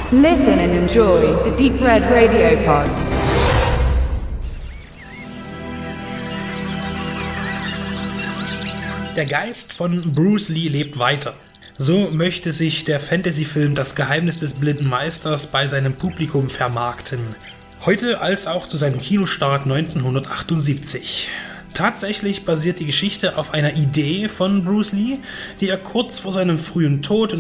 Listen and enjoy the Deep Red Radio Pod. Der Geist von Bruce Lee lebt weiter. So möchte sich der Fantasyfilm Das Geheimnis des blinden Meisters bei seinem Publikum vermarkten. Heute als auch zu seinem Kinostart 1978. Tatsächlich basiert die Geschichte auf einer Idee von Bruce Lee, die er kurz vor seinem frühen Tod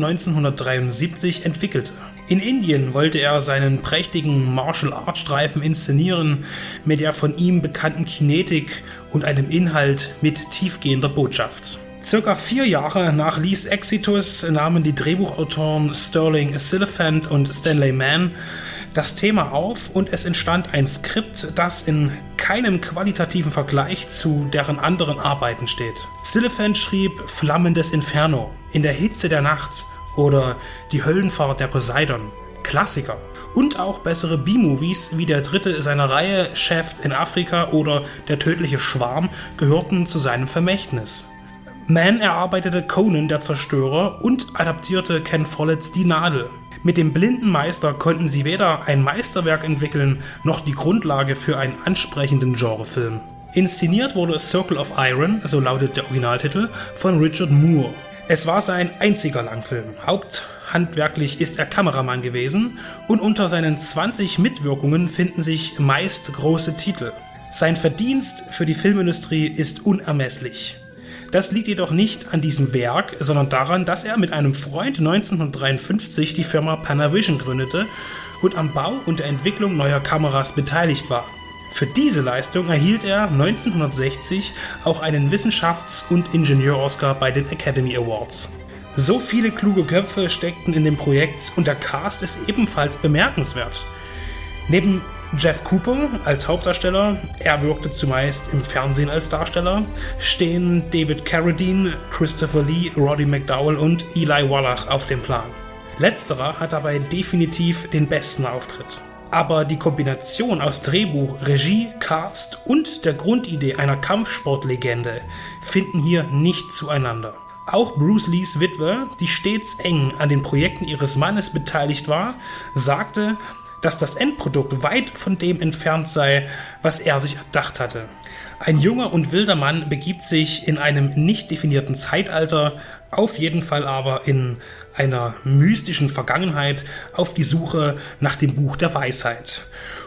1973 entwickelte. In Indien wollte er seinen prächtigen Martial-Art-Streifen inszenieren mit der von ihm bekannten Kinetik und einem Inhalt mit tiefgehender Botschaft. Circa 4 Jahre nach Lees Exitus nahmen die Drehbuchautoren Sterling Siliphant und Stanley Mann das Thema auf und es entstand ein Skript, das in keinem qualitativen Vergleich zu deren anderen Arbeiten steht. Siliphant schrieb Flammendes Inferno, In der Hitze der Nacht oder Die Höllenfahrt der Poseidon, Klassiker. Und auch bessere B-Movies wie der dritte seiner Reihe, Chef in Afrika oder Der tödliche Schwarm, gehörten zu seinem Vermächtnis. Mann erarbeitete Conan der Zerstörer und adaptierte Ken Folletts Die Nadel. Mit dem blinden Meister konnten sie weder ein Meisterwerk entwickeln, noch die Grundlage für einen ansprechenden Genrefilm. Inszeniert wurde Circle of Iron, so lautet der Originaltitel, von Richard Moore. Es war sein einziger Langfilm. Haupthandwerklich ist er Kameramann gewesen und unter seinen 20 Mitwirkungen finden sich meist große Titel. Sein Verdienst für die Filmindustrie ist unermesslich. Das liegt jedoch nicht an diesem Werk, sondern daran, dass er mit einem Freund 1953 die Firma Panavision gründete und am Bau und der Entwicklung neuer Kameras beteiligt war. Für diese Leistung erhielt er 1960 auch einen Wissenschafts- und Ingenieur-Oscar bei den Academy Awards. So viele kluge Köpfe steckten in dem Projekt und der Cast ist ebenfalls bemerkenswert. Neben Jeff Cooper als Hauptdarsteller, er wirkte zumeist im Fernsehen als Darsteller, stehen David Carradine, Christopher Lee, Roddy McDowall und Eli Wallach auf dem Plan. Letzterer hat dabei definitiv den besten Auftritt. Aber die Kombination aus Drehbuch, Regie, Cast und der Grundidee einer Kampfsportlegende finden hier nicht zueinander. Auch Bruce Lees Witwe, die stets eng an den Projekten ihres Mannes beteiligt war, sagte, dass das Endprodukt weit von dem entfernt sei, was er sich erdacht hatte. Ein junger und wilder Mann begibt sich in einem nicht definierten Zeitalter, auf jeden Fall aber in einer mystischen Vergangenheit, auf die Suche nach dem Buch der Weisheit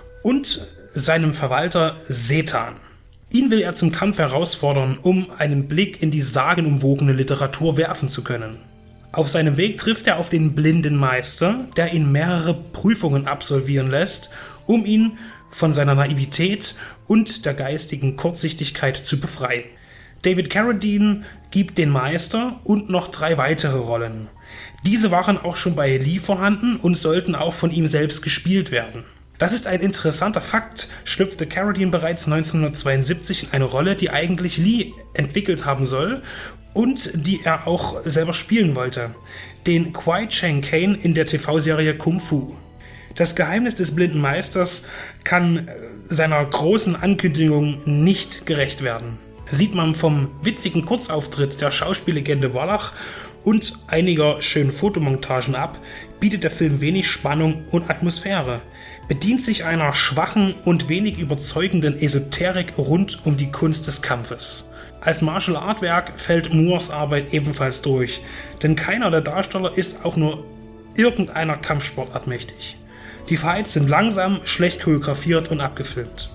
und seinem Verwalter Setan. Ihn will er zum Kampf herausfordern, um einen Blick in die sagenumwogene Literatur werfen zu können. Auf seinem Weg trifft er auf den blinden Meister, der ihn mehrere Prüfungen absolvieren lässt, um ihn von seiner Naivität und der geistigen Kurzsichtigkeit zu befreien. David Carradine gibt den Meister und noch 3 weitere Rollen. Diese waren auch schon bei Lee vorhanden und sollten auch von ihm selbst gespielt werden. Das ist ein interessanter Fakt, schlüpfte Carradine bereits 1972 in eine Rolle, die eigentlich Lee entwickelt haben soll und die er auch selber spielen wollte, den Kwai Chang Caine in der TV-Serie Kung Fu. Das Geheimnis des blinden Meisters kann seiner großen Ankündigung nicht gerecht werden. Sieht man vom witzigen Kurzauftritt der Schauspiellegende Wallach und einiger schönen Fotomontagen ab, bietet der Film wenig Spannung und Atmosphäre, bedient sich einer schwachen und wenig überzeugenden Esoterik rund um die Kunst des Kampfes. Als Martial-Art-Werk fällt Moores Arbeit ebenfalls durch, denn keiner der Darsteller ist auch nur irgendeiner Kampfsportart mächtig. Die Fights sind langsam, schlecht choreografiert und abgefilmt.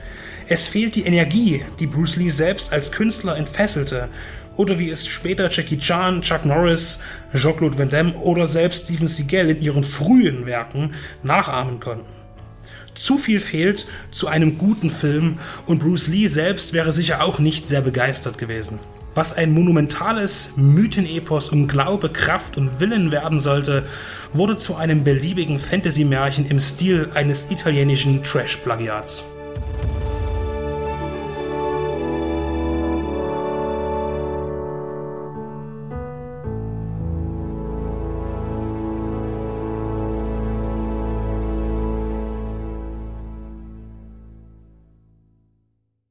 Es fehlt die Energie, die Bruce Lee selbst als Künstler entfesselte, oder wie es später Jackie Chan, Chuck Norris, Jean-Claude Van Damme oder selbst Steven Seagal in ihren frühen Werken nachahmen konnten. Zu viel fehlt zu einem guten Film und Bruce Lee selbst wäre sicher auch nicht sehr begeistert gewesen. Was ein monumentales Mythenepos um Glaube, Kraft und Willen werden sollte, wurde zu einem beliebigen Fantasy-Märchen im Stil eines italienischen Trash-Plagiats.